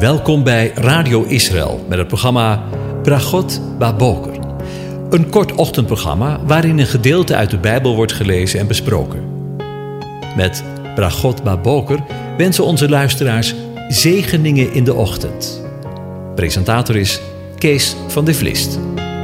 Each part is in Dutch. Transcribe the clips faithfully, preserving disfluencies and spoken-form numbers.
Welkom bij Radio Israël met het programma Brachot Baboker. Een kort ochtendprogramma waarin een gedeelte uit de Bijbel wordt gelezen en besproken. Met Brachot Baboker wensen onze luisteraars zegeningen in de ochtend. Presentator is Kees van de Vlist.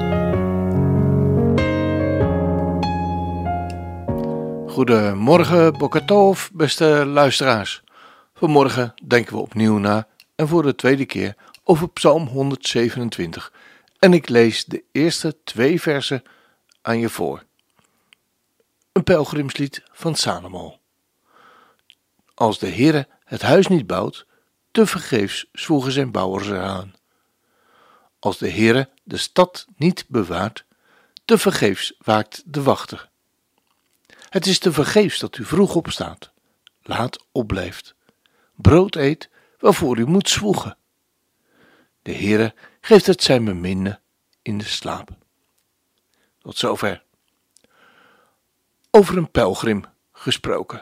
Goedemorgen, Boker Tov, beste luisteraars. Vanmorgen denken we opnieuw na en voor de tweede keer over Psalm honderdzevenentwintig. En ik lees de eerste twee versen aan je voor. Een pelgrimslied van Salomo. Als de Heere het huis niet bouwt, tevergeefs zwoegen zijn bouwers eraan. Als de Heere de stad niet bewaart, tevergeefs waakt de wachter. Het is tevergeefs dat u vroeg opstaat, laat opblijft, brood eet waarvoor u moet zwoegen. De Heere geeft het zijn beminde in de slaap. Tot zover. Over een pelgrim gesproken.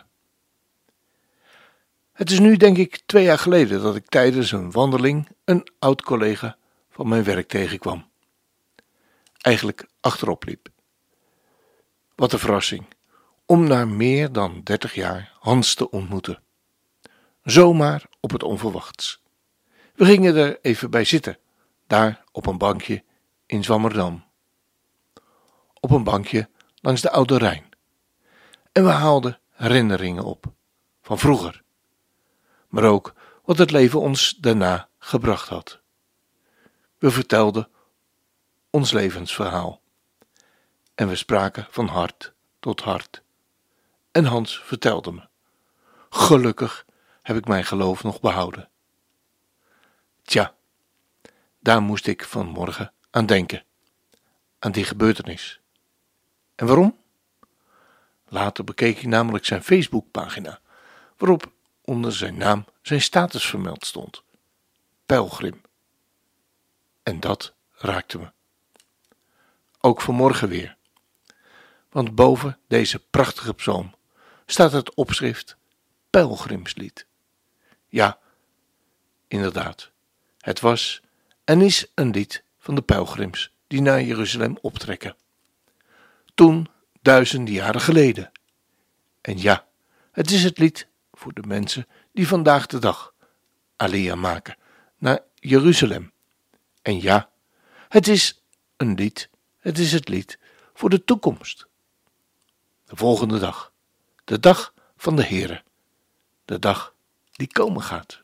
Het is nu denk ik twee jaar geleden dat ik tijdens een wandeling een oud collega van mijn werk tegenkwam. Eigenlijk achterop liep. Wat een verrassing om na meer dan dertig jaar Hans te ontmoeten. Zomaar op het onverwachts. We gingen er even bij zitten, daar op een bankje in Zwammerdam. Op een bankje langs de Oude Rijn. En we haalden herinneringen op, van vroeger. Maar ook wat het leven ons daarna gebracht had. We vertelden ons levensverhaal. En we spraken van hart tot hart. En Hans vertelde me. Gelukkig heb ik mijn geloof nog behouden. Tja, daar moest ik vanmorgen aan denken. Aan die gebeurtenis. En waarom? Later bekeek ik namelijk zijn Facebookpagina, waarop onder zijn naam zijn status vermeld stond. Pelgrim. En dat raakte me. Ook vanmorgen weer. Want boven deze prachtige psalm staat het opschrift Pelgrimslied. Ja, inderdaad. Het was en is een lied van de pelgrims die naar Jeruzalem optrekken. Toen, duizenden jaren geleden. En ja, het is het lied voor de mensen die vandaag de dag Aliyah maken naar Jeruzalem. En ja, het is een lied, het is het lied voor de toekomst. De volgende dag, de dag van de Heere, de dag die komen gaat.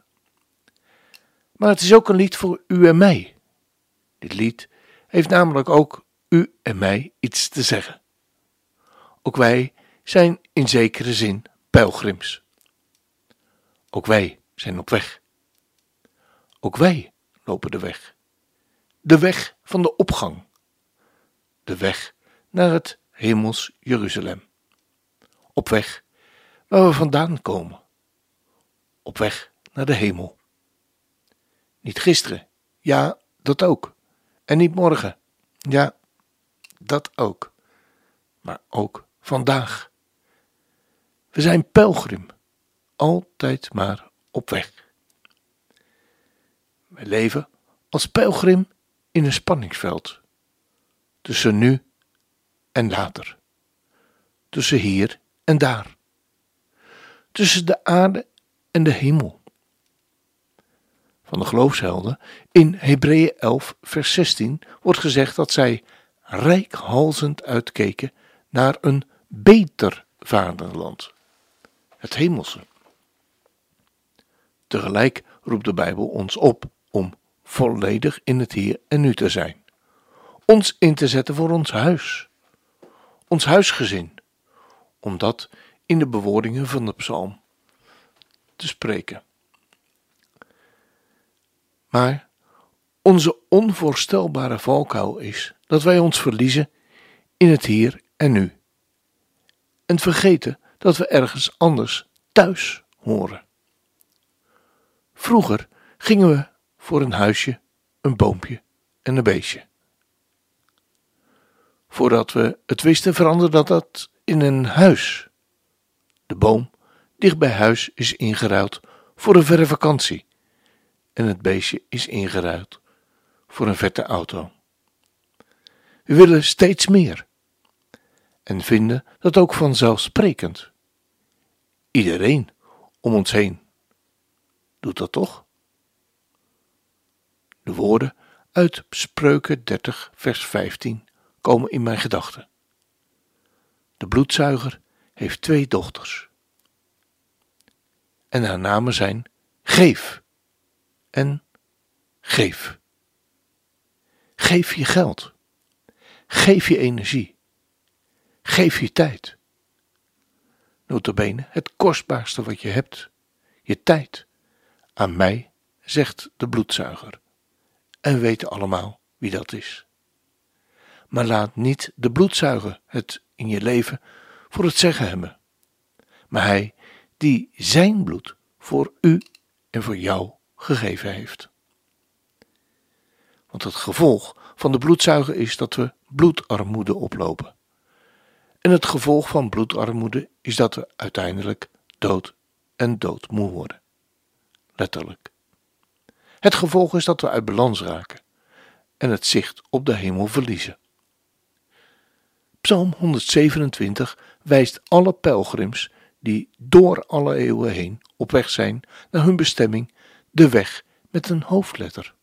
Maar het is ook een lied voor u en mij. Dit lied heeft namelijk ook u en mij iets te zeggen. Ook wij zijn in zekere zin pelgrims. Ook wij zijn op weg. Ook wij lopen de weg. De weg van de opgang. De weg naar het hemels Jeruzalem. Op weg waar we vandaan komen. Op weg naar de hemel. Niet gisteren, ja, dat ook. En niet morgen, ja, dat ook. Maar ook vandaag. We zijn pelgrim, altijd maar op weg. Wij leven als pelgrim in een spanningsveld. Tussen nu en later. Tussen hier en daar. Tussen de aarde en de hemel. Van de geloofshelden in Hebreeën elf vers zestien wordt gezegd dat zij reikhalzend uitkeken naar een beter vaderland. Het hemelse. Tegelijk roept de Bijbel ons op om volledig in het hier en nu te zijn. Ons in te zetten voor ons huis. Ons huisgezin. Om dat in de bewoordingen van de psalm te spreken. Maar onze onvoorstelbare valkuil is dat wij ons verliezen in het hier en nu. En vergeten dat we ergens anders thuis horen. Vroeger gingen we voor een huisje, een boompje en een beestje. Voordat we het wisten veranderde dat in een huis. De boom dicht bij huis is ingeruild voor een verre vakantie. en het beestje is ingeruild voor een vette auto. We willen steeds meer en vinden dat ook vanzelfsprekend. Iedereen om ons heen doet dat toch? De woorden uit Spreuken dertig vers vijftien komen in mijn gedachten. De bloedzuiger heeft twee dochters. En haar namen zijn Geef en Geef. Geef je geld. Geef je energie. Geef je tijd. Nota bene het kostbaarste wat je hebt, je tijd. Aan mij, zegt de bloedzuiger. En we weten allemaal wie dat is. Maar laat niet de bloedzuiger het in je leven voor het zeggen hebben. Maar hij die zijn bloed voor u en voor jou gegeven heeft. Want het gevolg van de bloedzuiger is dat we bloedarmoede oplopen. En het gevolg van bloedarmoede is dat we uiteindelijk dood en doodmoe worden. Letterlijk. Het gevolg is dat we uit balans raken en het zicht op de hemel verliezen. Psalm honderdzevenentwintig wijst alle pelgrims die door alle eeuwen heen op weg zijn naar hun bestemming de weg met een hoofdletter.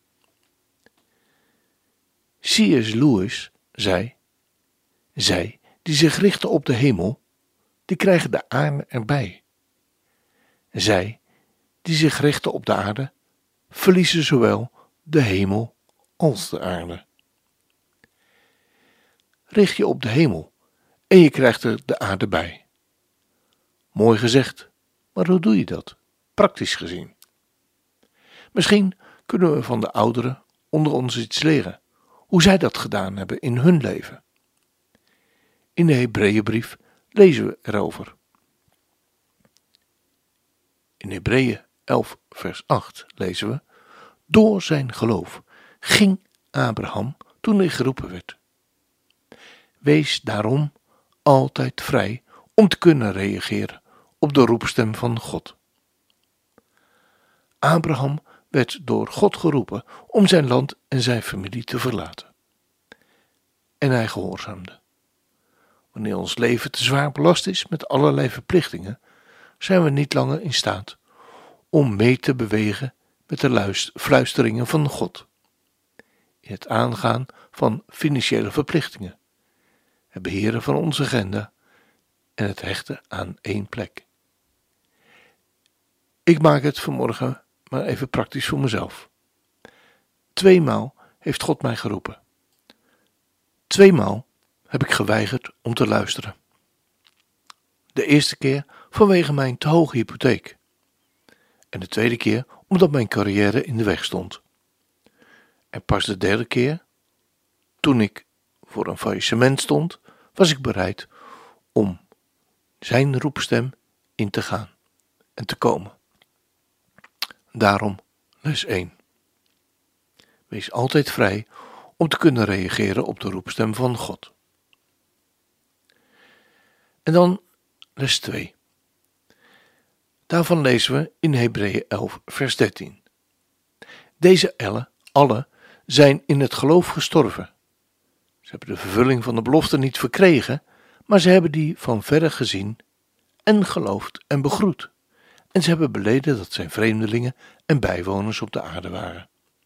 C S Lewis zei, zij die zich richten op de hemel, die krijgen de aarde erbij. Zij die zich richten op de aarde, verliezen zowel de hemel als de aarde. Richt je op de hemel en je krijgt er de aarde bij. Mooi gezegd, maar hoe doe je dat, praktisch gezien? Misschien kunnen we van de ouderen onder ons iets leren, hoe zij dat gedaan hebben in hun leven. In de Hebreeënbrief lezen we erover. In Hebreeën elf vers acht lezen we, door zijn geloof ging Abraham toen hij geroepen werd. Wees daarom altijd vrij om te kunnen reageren op de roepstem van God. Abraham werd door God geroepen om zijn land en zijn familie te verlaten. En hij gehoorzaamde. Wanneer ons leven te zwaar belast is met allerlei verplichtingen, zijn we niet langer in staat om mee te bewegen met de luister, fluisteringen van God. In het aangaan van financiële verplichtingen, het beheren van onze agenda en het hechten aan één plek. Ik maak het vanmorgen maar even praktisch voor mezelf. Tweemaal heeft God mij geroepen. Tweemaal heb ik geweigerd om te luisteren. De eerste keer vanwege mijn te hoge hypotheek. En de tweede keer omdat mijn carrière in de weg stond. En pas de derde keer, toen ik voor een faillissement stond, was ik bereid om zijn roepstem in te gaan en te komen. Daarom les één. Wees altijd vrij om te kunnen reageren op de roepstem van God. En dan les twee. Daarvan lezen we in Hebreeën elf vers dertien. Deze elle, alle zijn in het geloof gestorven. Ze hebben de vervulling van de belofte niet verkregen, maar ze hebben die van verre gezien en geloofd en begroet. En ze hebben beleden dat zij vreemdelingen en bijwoners op de aarde waren.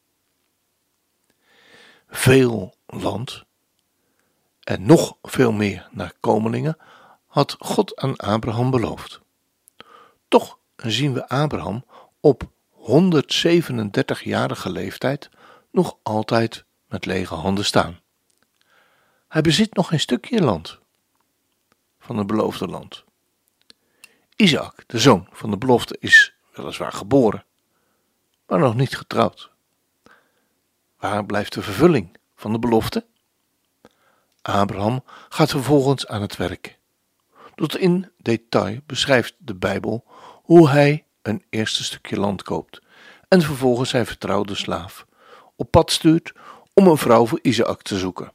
Veel land en nog veel meer nakomelingen had God aan Abraham beloofd. Toch zien we Abraham op honderdzevenendertigjarige leeftijd nog altijd met lege handen staan. Hij bezit nog een stukje land van het beloofde land. Isaac, de zoon van de belofte, is weliswaar geboren, maar nog niet getrouwd. Waar blijft de vervulling van de belofte? Abraham gaat vervolgens aan het werk. Tot in detail beschrijft de Bijbel hoe hij een eerste stukje land koopt en vervolgens zijn vertrouwde slaaf op pad stuurt om een vrouw voor Isaac te zoeken.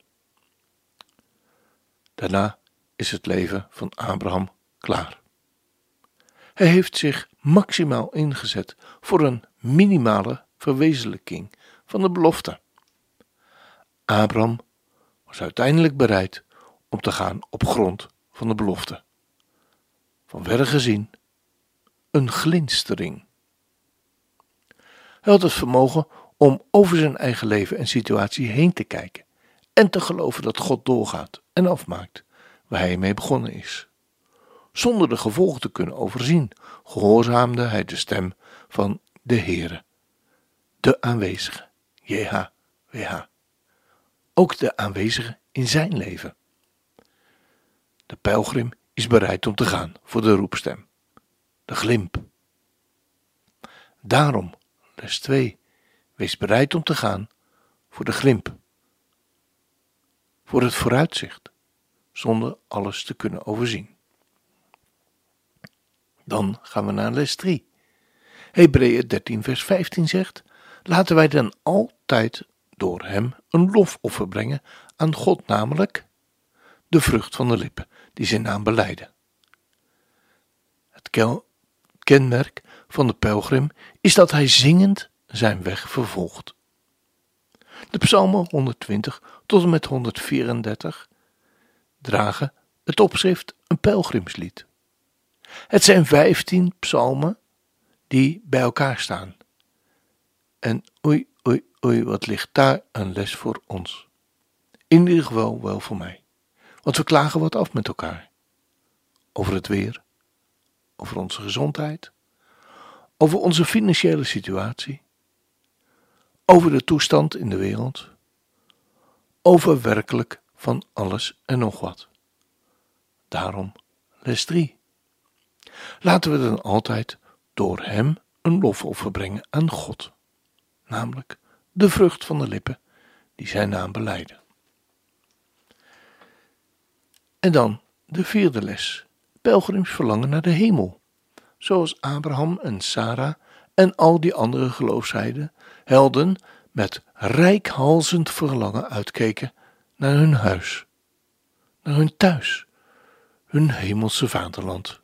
Daarna is het leven van Abraham klaar. Hij heeft zich maximaal ingezet voor een minimale verwezenlijking van de belofte. Abraham was uiteindelijk bereid om te gaan op grond van de belofte. Van verre gezien een glinstering. Hij had het vermogen om over zijn eigen leven en situatie heen te kijken en te geloven dat God doorgaat en afmaakt waar hij mee begonnen is. Zonder de gevolgen te kunnen overzien, gehoorzaamde hij de stem van de Heere, de aanwezige, J H W H. Ook de aanwezige in zijn leven. De pelgrim is bereid om te gaan voor de roepstem, de glimp. Daarom, les twee, wees bereid om te gaan voor de glimp, voor het vooruitzicht, zonder alles te kunnen overzien. Dan gaan we naar les drie. Hebreeën dertien vers vijftien zegt, laten wij dan altijd door hem een lofoffer brengen aan God, namelijk de vrucht van de lippen die zijn naam belijden. Het kel- kenmerk van de pelgrim is dat hij zingend zijn weg vervolgt. De psalmen honderdtwintig tot en met honderdvierendertig dragen het opschrift een pelgrimslied. Het zijn vijftien psalmen die bij elkaar staan. En oei, oei, oei, wat ligt daar een les voor ons. In ieder geval wel voor mij. Want we klagen wat af met elkaar. Over het weer, over onze gezondheid, over onze financiële situatie, over de toestand in de wereld, over werkelijk van alles en nog wat. Daarom les drie. Laten we dan altijd door hem een lofoffer brengen aan God, namelijk de vrucht van de lippen die zijn naam belijden. En dan de vierde les. Pelgrims verlangen naar de hemel, zoals Abraham en Sarah en al die andere geloofshelden helden met reikhalzend verlangen uitkeken naar hun huis, naar hun thuis, hun hemelse vaderland.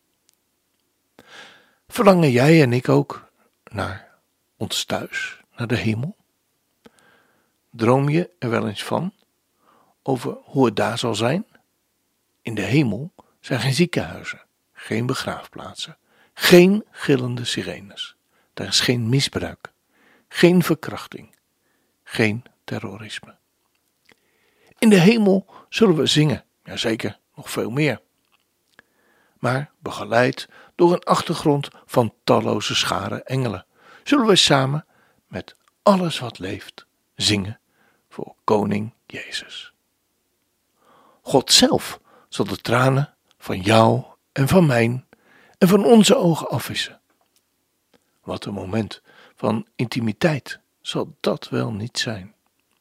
Verlangen jij en ik ook naar ons thuis, naar de hemel? Droom je er wel eens van, over hoe het daar zal zijn? In de hemel zijn geen ziekenhuizen, geen begraafplaatsen, geen gillende sirenes. Daar is geen misbruik, geen verkrachting, geen terrorisme. In de hemel zullen we zingen, jazeker, nog veel meer. Maar begeleid door een achtergrond van talloze scharen engelen, zullen we samen met alles wat leeft zingen voor Koning Jezus. God zelf zal de tranen van jou en van mijn en van onze ogen afwissen. Wat een moment van intimiteit zal dat wel niet zijn.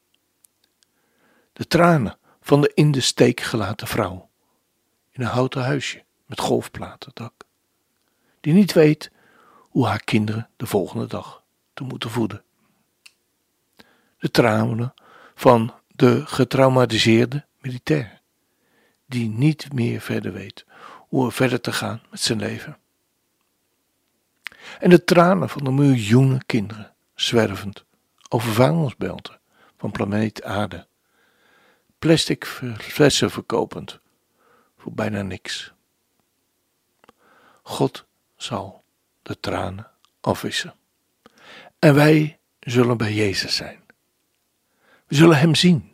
De tranen van de in de steek gelaten vrouw in een houten huisje met golfplatendak, die niet weet hoe haar kinderen de volgende dag te moeten voeden. De tranen van de getraumatiseerde militair, die niet meer verder weet hoe er verder te gaan met zijn leven. En de tranen van de miljoenen kinderen, zwervend over vuilnisbelten van planeet Aarde, plastic flessen verkopend voor bijna niks. God zal de tranen afwissen. En wij zullen bij Jezus zijn. We zullen hem zien.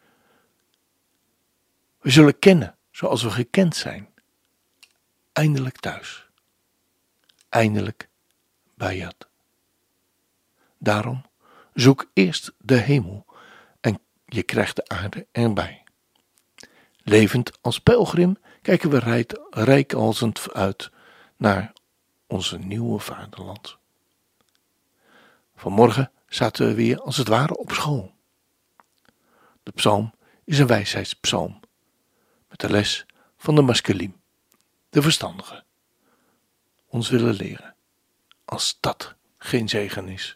We zullen kennen zoals we gekend zijn. Eindelijk thuis. Eindelijk bij Jad. Daarom zoek eerst de hemel en je krijgt de aarde erbij. Levend als pelgrim kijken we reikhalzend uit naar onze nieuwe vaderland. Vanmorgen zaten we weer als het ware op school. De psalm is een wijsheidspsalm met de les van de maskelim, de verstandige, ons willen leren, als dat geen zegen is.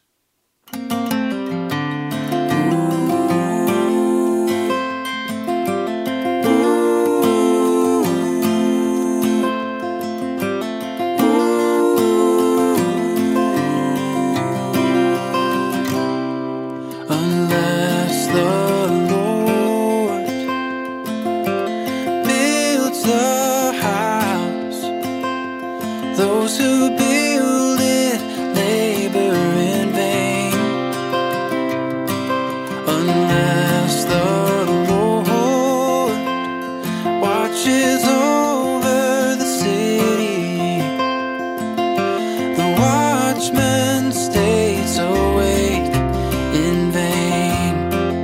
the house. Those who build it labor in vain, unless the Lord watches over the city. The watchman stays awake in vain.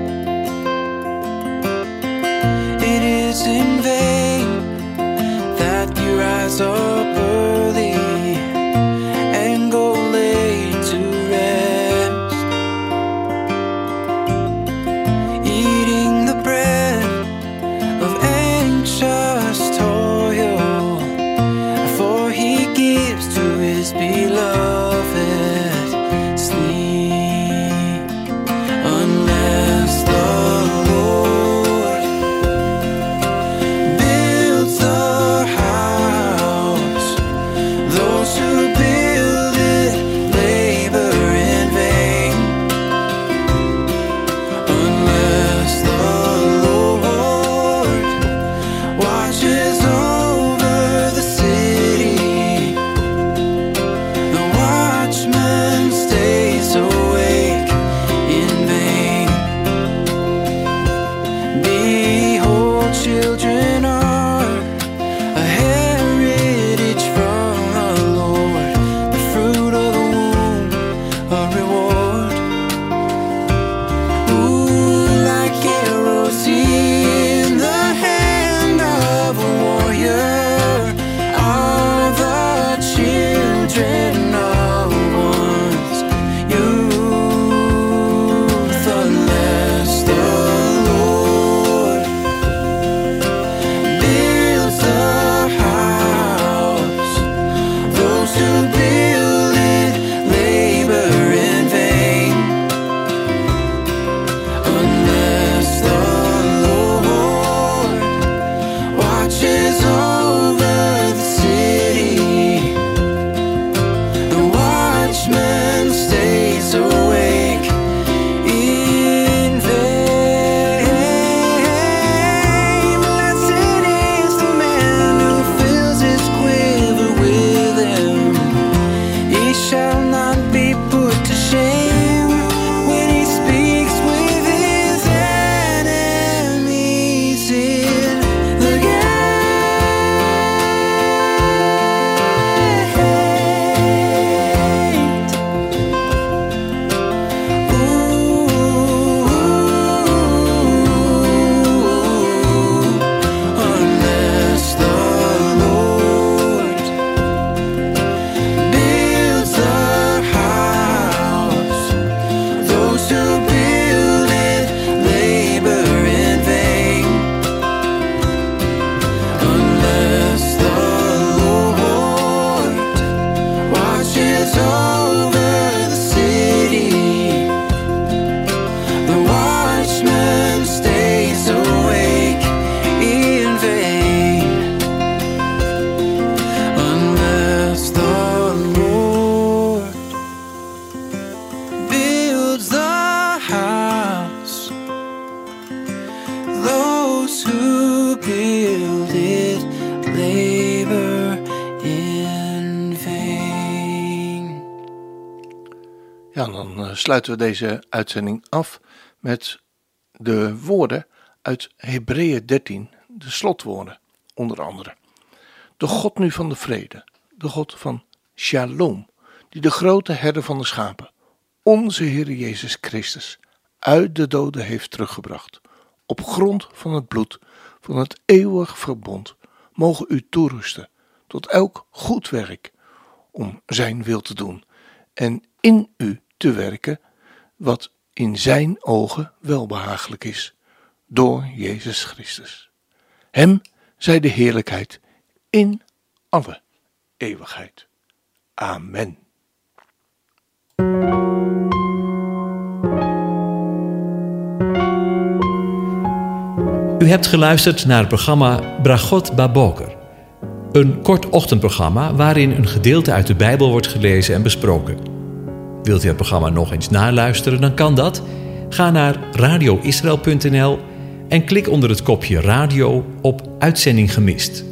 It is in vain that you rise up early and go late to rest, eating the bread of anxious toil, for he gives to his beloved sleep. Unless the Lord builds the house, those who build it labor in vain. Unless the Lord watches over the city, the watchman stays awake in vain. Behold, children are a heritage from the Lord, the fruit of the womb, a reward. Ooh, like arrows in the hand of a warrior are the children of one's youth. Unless the Lord builds the house, those who build it labor in vain. Unless the Lord watches over the city, the watchman stays awake in vain. Blessed is the man who fills his quiver with him. He shall not be put to shame when he speaks with his enemies in the gate. Ooh, unless the Lord builds the house, those who build it labor in vain. Unless the Lord watches over the city, the watchman stays awake in vain. Unless the Lord builds the house, those who build it labor in vain. Ja, dan eh, sluiten we deze uitzending af met de woorden uit Hebreeën dertien, de slotwoorden, onder andere. De God nu van de vrede, de God van Shalom, die de grote herder van de schapen, onze Heer Jezus Christus, uit de doden heeft teruggebracht, op grond van het bloed van het eeuwig verbond, mogen u toerusten tot elk goed werk, om zijn wil te doen en in u te werken, wat in zijn ogen welbehagelijk is, door Jezus Christus. Hem zij de heerlijkheid in alle eeuwigheid. Amen. U hebt geluisterd naar het programma Bragot Baboker. Een kort ochtendprogramma waarin een gedeelte uit de Bijbel wordt gelezen en besproken. Wilt u het programma nog eens naluisteren, dan kan dat. Ga naar radio israël punt n l en klik onder het kopje radio op Uitzending gemist.